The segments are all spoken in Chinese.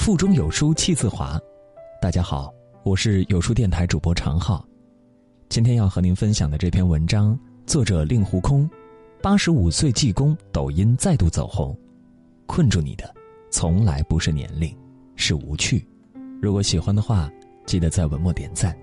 腹中有书气自华。大家好，我是有书电台主播常浩。今天要和您分享的这篇文章，作者令狐空，85岁济公抖音再度走红，困住你的从来不是年龄，是无趣。如果喜欢的话，记得在文末点赞。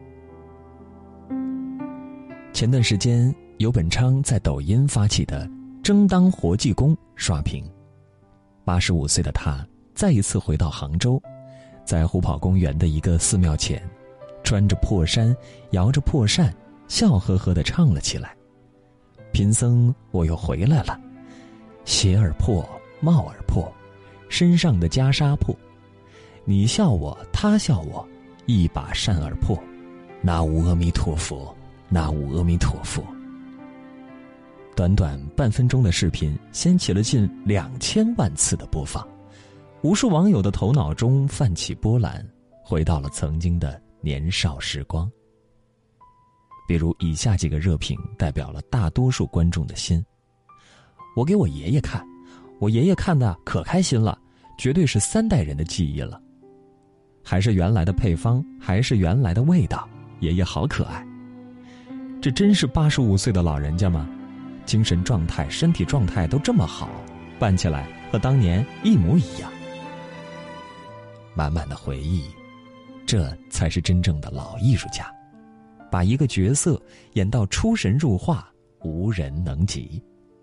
前段时间，游本昌在抖音发起的争当活济公刷屏。85岁的他再一次回到杭州，在虎跑公园的一个寺庙前，穿着破衫，摇着破扇，笑呵呵地唱了起来：贫僧我又回来了，鞋儿破，帽儿破，身上的袈裟破，你笑我，他笑我，一把扇儿破，那无阿弥陀佛，那无阿弥陀佛。短短半分钟的视频掀起了近2000万次的播放，无数网友的头脑中泛起波澜，回到了曾经的年少时光。比如以下几个热评代表了大多数观众的心：我给我爷爷看，我爷爷看的可开心了，绝对是3代人的记忆了。还是原来的配方，还是原来的味道，爷爷好可爱。这真是85岁的老人家吗？精神状态、身体状态都这么好，办起来和当年一模一样。满满的回忆，这才是真正的老艺术家，把一个角色演到出神入化，无人能及。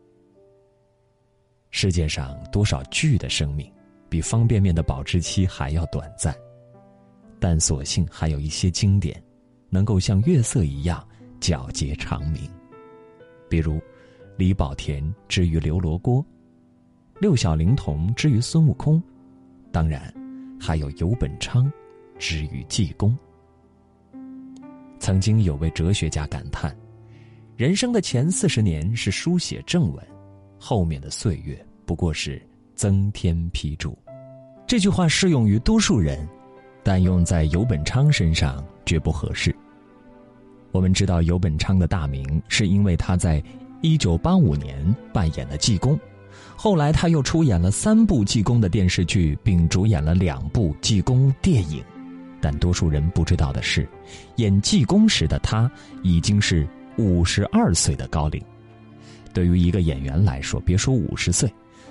世界上多少巨的生命比方便面的保质期还要短暂，但所幸还有一些经典能够像月色一样皎洁长明。比如李保田之于刘罗锅，六小龄童之于孙悟空，当然还有游本昌之于济公。曾经有位哲学家感叹，人生的前40年是书写正文，后面的岁月不过是增添批注。这句话适用于多数人，但用在游本昌身上绝不合适。我们知道游本昌的大名是因为他在1985年扮演的济公，后来他又出演了3部济公的电视剧，并主演了2部济公电影。但多数人不知道的是，演济公时的他已经是52岁的高龄。对于一个演员来说，别说50岁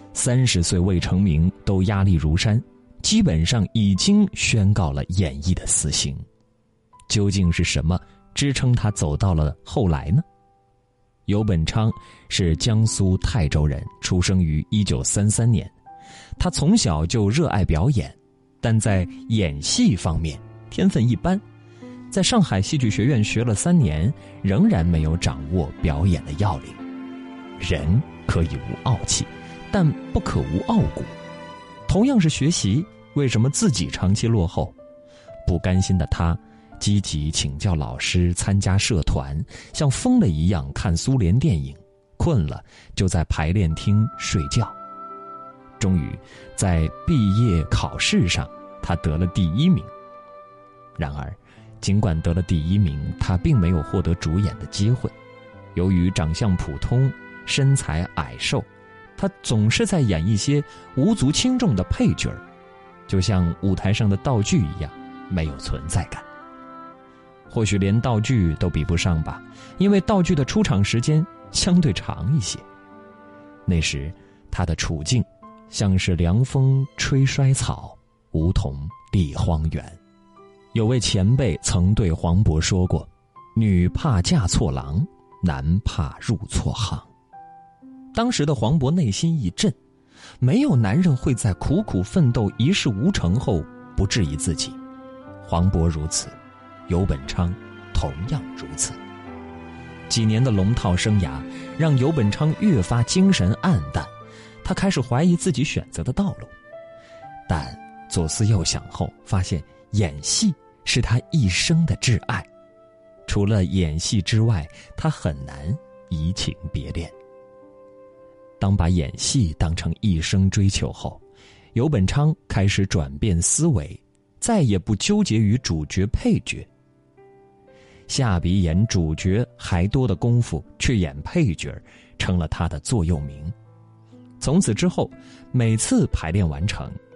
，30岁未成名都压力如山，基本上已经宣告了演艺的死刑。究竟是什么支撑他走到了后来呢？游本昌是江苏泰州人，出生于1933年。他从小就热爱表演，但在演戏方面天分一般，在上海戏剧学院学了3年，仍然没有掌握表演的要领。人可以无傲气，但不可无傲骨。同样是学习，为什么自己长期落后？不甘心的他积极请教老师，参加社团，像疯了一样看苏联电影，困了就在排练厅睡觉。终于在毕业考试上，他得了第1名。然而尽管得了第1名，他并没有获得主演的机会。由于长相普通，身材矮瘦，他总是在演一些无足轻重的配角，就像舞台上的道具一样，没有存在感。或许连道具都比不上吧，因为道具的出场时间相对长一些。那时他的处境像是凉风吹衰草，梧桐立荒原。有位前辈曾对黄渤说过，女怕嫁错郎，男怕入错行。当时的黄渤内心一震，没有男人会在苦苦奋斗一事无成后不质疑自己。黄渤如此，游本昌同样如此。几年的龙套生涯让游本昌越发精神黯淡，他开始怀疑自己选择的道路。但左思右想后，发现演戏是他一生的挚爱，除了演戏之外，他很难移情别恋。当把演戏当成一生追求后，游本昌开始转变思维，再也不纠结于主角配角。下笔演主角还多的功夫去演配角，成了他的座右铭。从此之后，每次排练完成，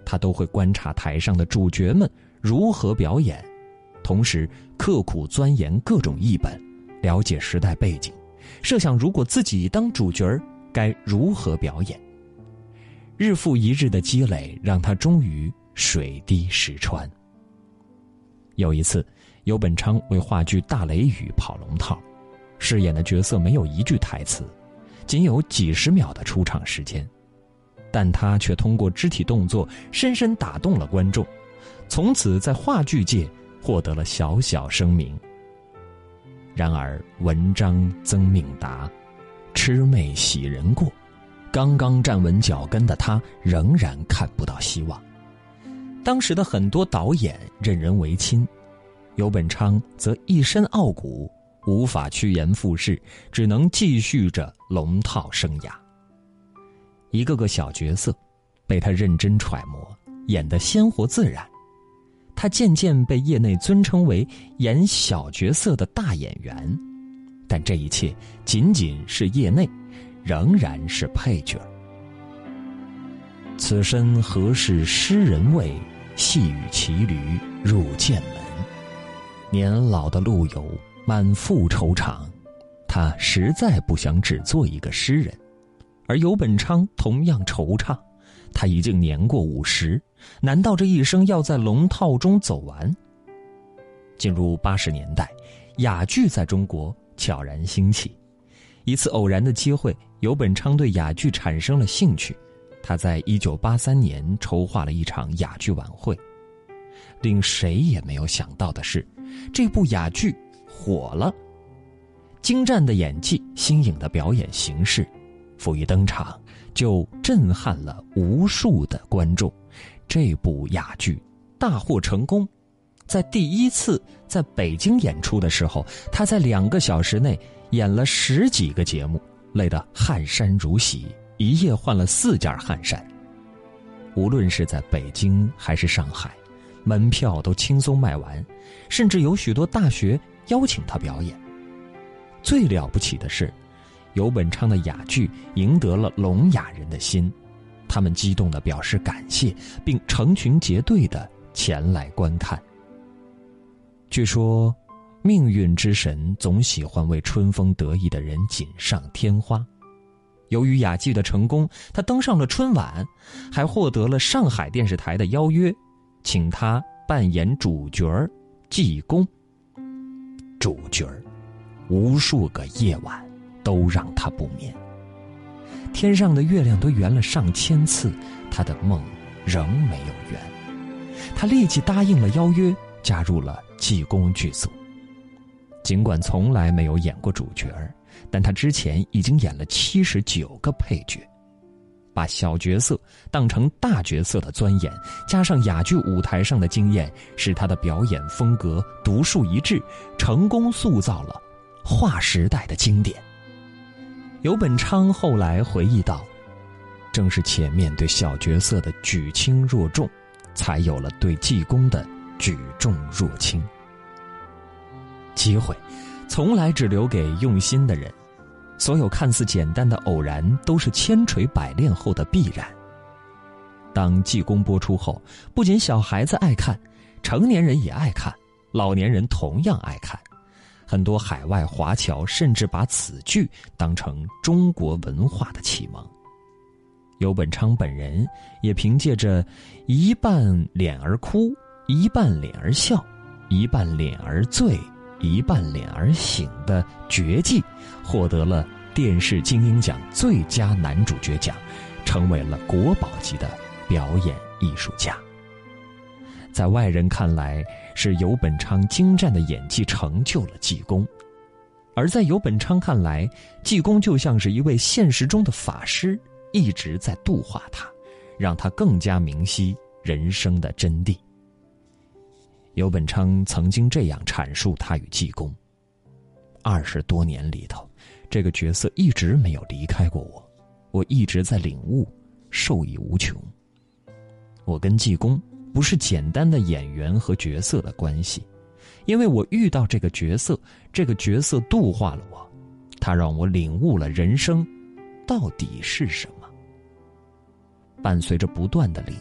他都会观察台上的主角们如何表演，同时刻苦钻研各种译本，了解时代背景，设想如果自己当主角该如何表演。日复一日的积累让他终于水滴石穿。有一次，游本昌为话剧《大雷雨》跑龙套，饰演的角色没有一句台词，仅有几十秒的出场时间，但他却通过肢体动作深深打动了观众，从此在话剧界获得了小小声名。然而文章曾命达，魑魅喜人过，刚刚站稳脚跟的他仍然看不到希望。当时的很多导演任人唯亲，游本昌则一身傲骨，无法趋炎附势，只能继续着龙套生涯。一个个小角色被他认真揣摩，演得鲜活自然。他渐渐被业内尊称为演小角色的大演员，但这一切仅仅是业内，仍然是配角。此身何事诗人味，细雨骑驴入剑门。年老的陆游满腹惆怅，他实在不想只做一个诗人。而游本昌同样惆怅，他已经年过50，难道这一生要在龙套中走完？进入80年代，哑剧在中国悄然兴起。一次偶然的机会，游本昌对哑剧产生了兴趣，他在1983年筹划了一场哑剧晚会。令谁也没有想到的是，这部哑剧火了。精湛的演技，新颖的表演形式，甫一登场就震撼了无数的观众。这部哑剧大获成功。在第一次在北京演出的时候，他在2个小时内演了10几个节目，累得汗衫如洗，一夜换了4件汗衫。无论是在北京还是上海，门票都轻松卖完，甚至有许多大学邀请他表演。最了不起的是，游本昌的哑剧赢得了聋哑人的心，他们激动地表示感谢，并成群结队地前来观看。据说命运之神总喜欢为春风得意的人锦上添花。由于哑剧的成功，他登上了春晚，还获得了上海电视台的邀约，请他扮演主角济公。主角无数个夜晚都让他不眠，天上的月亮都圆了上千次，他的梦仍没有圆。他立即答应了邀约，加入了济公剧组。尽管从来没有演过主角，但他之前已经演了79个配角。把小角色当成大角色的钻研，加上哑剧舞台上的经验，使他的表演风格独树一帜，成功塑造了划时代的经典。游本昌后来回忆道，正是前面对小角色的举轻若重，才有了对济公的举重若轻。机会从来只留给用心的人，所有看似简单的偶然都是千锤百炼后的必然。当济公播出后，不仅小孩子爱看，成年人也爱看，老年人同样爱看。很多海外华侨甚至把此剧当成中国文化的启蒙。游本昌本人也凭借着一半脸而哭，一半脸而笑，一半脸而醉，一半脸而醒的绝技，获得了电视金鹰奖最佳男主角奖，成为了国宝级的表演艺术家。在外人看来，是游本昌精湛的演技成就了济公，而在游本昌看来，济公就像是一位现实中的法师，一直在度化他，让他更加明晰人生的真谛。游本昌曾经这样阐述他与济公：20多年里头，这个角色一直没有离开过我，我一直在领悟，受益无穷。我跟济公不是简单的演员和角色的关系，因为我遇到这个角色，这个角色度化了我，他让我领悟了人生到底是什么。伴随着不断的领悟，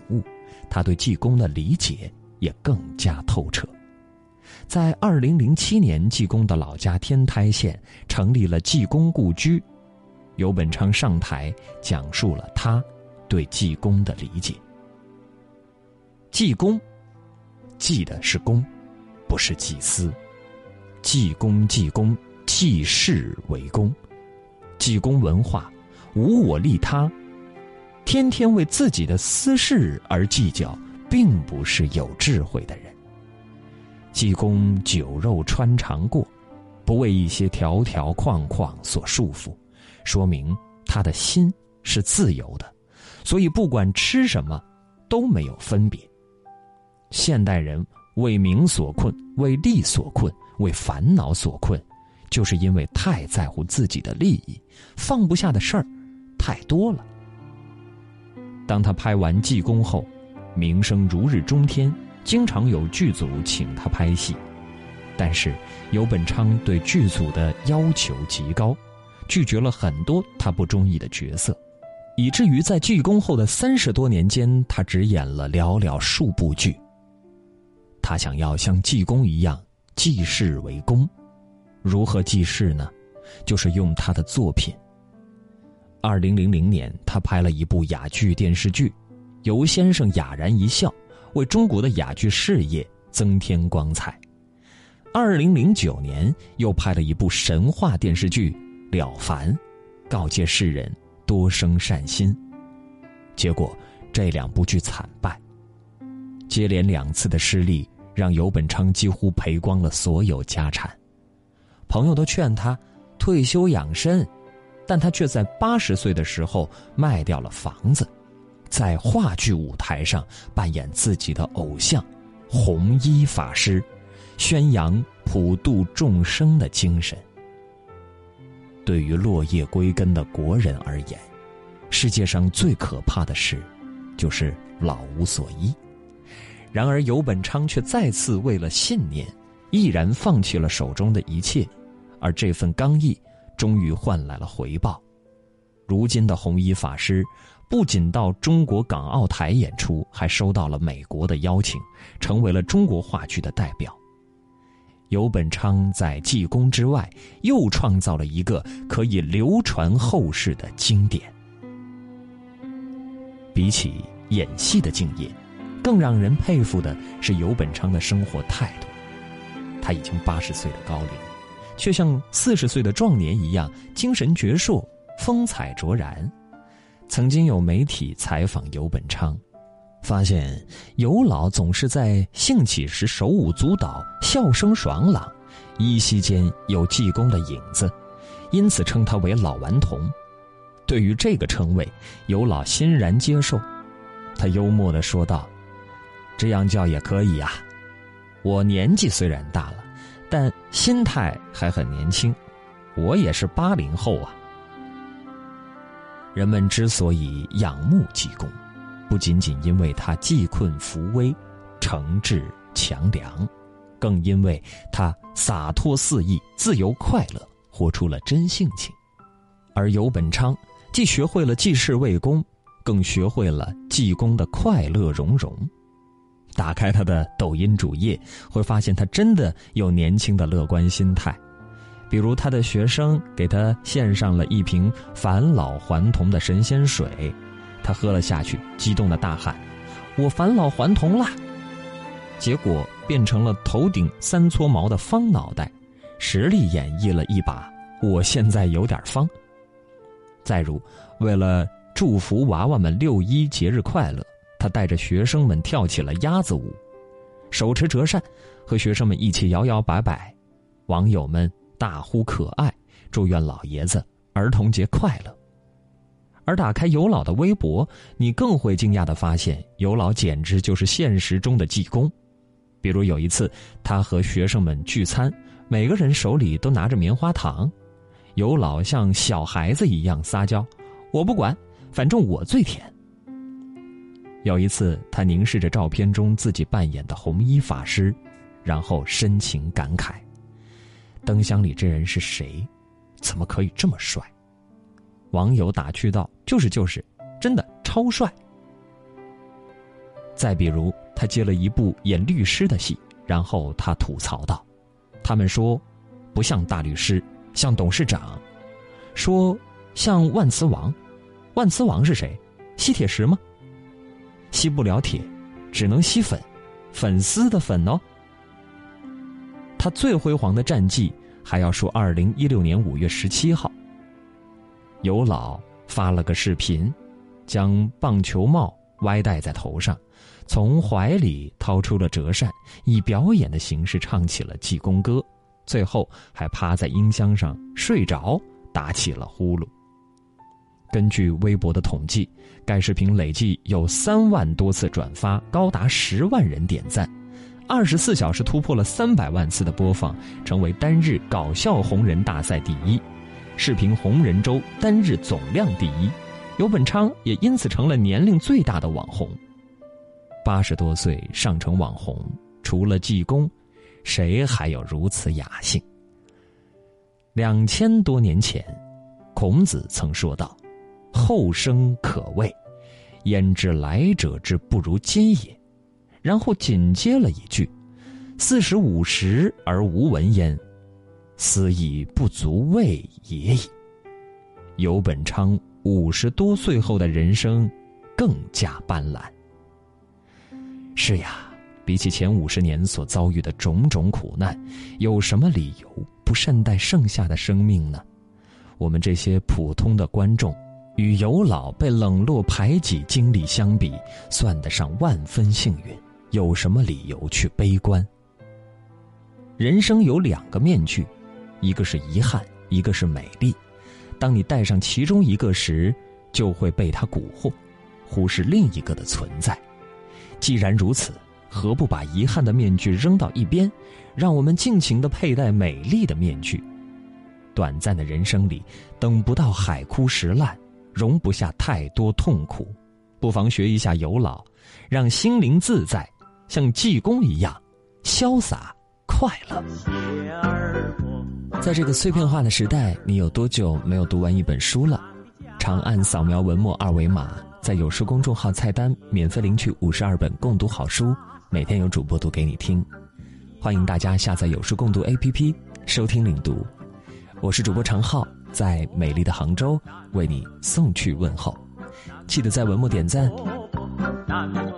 他对济公的理解也更加透彻。在2007年，济公的老家天台县成立了济公故居，游本昌上台讲述了他对济公的理解。济公，祭的是公，不是祭司。济公，济公，济世为公。济公文化无我利他，天天为自己的私事而计较，并不是有智慧的人。济公酒肉穿肠过，不为一些条条框框所束缚，说明他的心是自由的，所以不管吃什么都没有分别。现代人为名所困，为利所困，为烦恼所困，就是因为太在乎自己的利益，放不下的事儿太多了。当他拍完济公后，名声如日中天，经常有剧组请他拍戏，但是游本昌对剧组的要求极高，拒绝了很多他不中意的角色，以至于在济公后的30多年间，他只演了寥寥数部剧。他想要像济公一样济世为公，如何济世呢？就是用他的作品。2000年，他拍了一部哑剧电视剧《游先生哑然一笑》，为中国的哑剧事业增添光彩。2009年，又拍了一部神话电视剧《了凡》，告诫世人多生善心。结果这2部剧惨败，接连2次的失利让游本昌几乎赔光了所有家产。朋友都劝他退休养生，但他却在80岁的时候卖掉了房子，在话剧舞台上扮演自己的偶像弘一法师，宣扬普度众生的精神。对于落叶归根的国人而言，世界上最可怕的事就是老无所依。然而游本昌却再次为了信念毅然放弃了手中的一切，而这份刚毅终于换来了回报。如今的弘一法师不仅到中国港澳台演出，还收到了美国的邀请，成为了中国话剧的代表。游本昌在济公之外，又创造了一个可以流传后世的经典。比起演戏的敬业，更让人佩服的是游本昌的生活态度。他已经80岁的高龄，却像40岁的壮年一样精神矍铄，风采卓然。曾经有媒体采访游本昌，发现游老总是在兴起时手舞足蹈，笑声爽朗，依稀间有济公的影子，因此称他为老顽童。对于这个称谓，游老欣然接受。他幽默地说道：“这样叫也可以啊，我年纪虽然大了，但心态还很年轻，我也是80后啊。”人们之所以仰慕济公，不仅仅因为他济困扶危、惩治强梁，更因为他洒脱肆意、自由快乐，活出了真性情。而游本昌既学会了济世为公，更学会了济公的快乐融融。打开他的抖音主页，会发现他真的有年轻的乐观心态。比如他的学生给他献上了一瓶返老还童的神仙水，他喝了下去，激动地大喊：“我返老还童啦！”结果变成了头顶3撮毛的方脑袋，实力演绎了一把我现在有点方。再如，为了祝福娃娃们6·1节日快乐，他带着学生们跳起了鸭子舞，手持折扇和学生们一起摇摇摆摆，网友们大呼可爱，祝愿老爷子儿童节快乐。而打开游老的微博，你更会惊讶地发现，游老简直就是现实中的济公。比如有一次，他和学生们聚餐，每个人手里都拿着棉花糖，游老像小孩子一样撒娇：“我不管，反正我最甜。”有一次，他凝视着照片中自己扮演的弘一法师，然后深情感慨：“灯箱里这人是谁？怎么可以这么帅？”网友打趣道：“就是，真的超帅。” 再比如，他接了一部演律师的戏，然后他吐槽道：“他们说不像大律师，像董事长；说像万磁王，万磁王是谁？吸铁石吗？吸不了铁，只能吸粉，粉丝的粉哦。”他最辉煌的战绩还要说2016年5月17号，尤老发了个视频，将棒球帽歪戴在头上，从怀里掏出了折扇，以表演的形式唱起了济公歌，最后还趴在音箱上睡着，打起了呼噜。根据微博的统计，该视频累计有3万多次转发，高达10万人点赞，24小时突破了300万次的播放，成为单日搞笑红人大赛第一，视频红人周单日总量第一，游本昌也因此成了年龄最大的网红。80多岁上成网红，除了济公，谁还有如此雅兴？2000多年前，孔子曾说道：“后生可畏，焉知来者之不如今也。”然后紧接了一句：“40、50而无闻焉，斯以不足畏也已。”游本昌50多岁后的人生更加斑斓。是呀，比起前50年所遭遇的种种苦难，有什么理由不善待剩下的生命呢？我们这些普通的观众，与尤老被冷落排挤经历相比，算得上万分幸运，有什么理由去悲观？人生有2个面具，一个是遗憾，一个是美丽。当你戴上其中一个时，就会被它蛊惑，忽视另一个的存在。既然如此，何不把遗憾的面具扔到一边，让我们尽情地佩戴美丽的面具？短暂的人生里，等不到海枯石烂，容不下太多痛苦，不妨学一下尤老，让心灵自在，像济公一样潇洒快乐。在这个碎片化的时代，你有多久没有读完一本书了？长按扫描文末2维码，在有书公众号菜单免费领取52本共读好书，每天有主播读给你听。欢迎大家下载有书共读 APP 收听领读。我是主播常浩，在美丽的杭州为你送去问候。记得在文末点赞。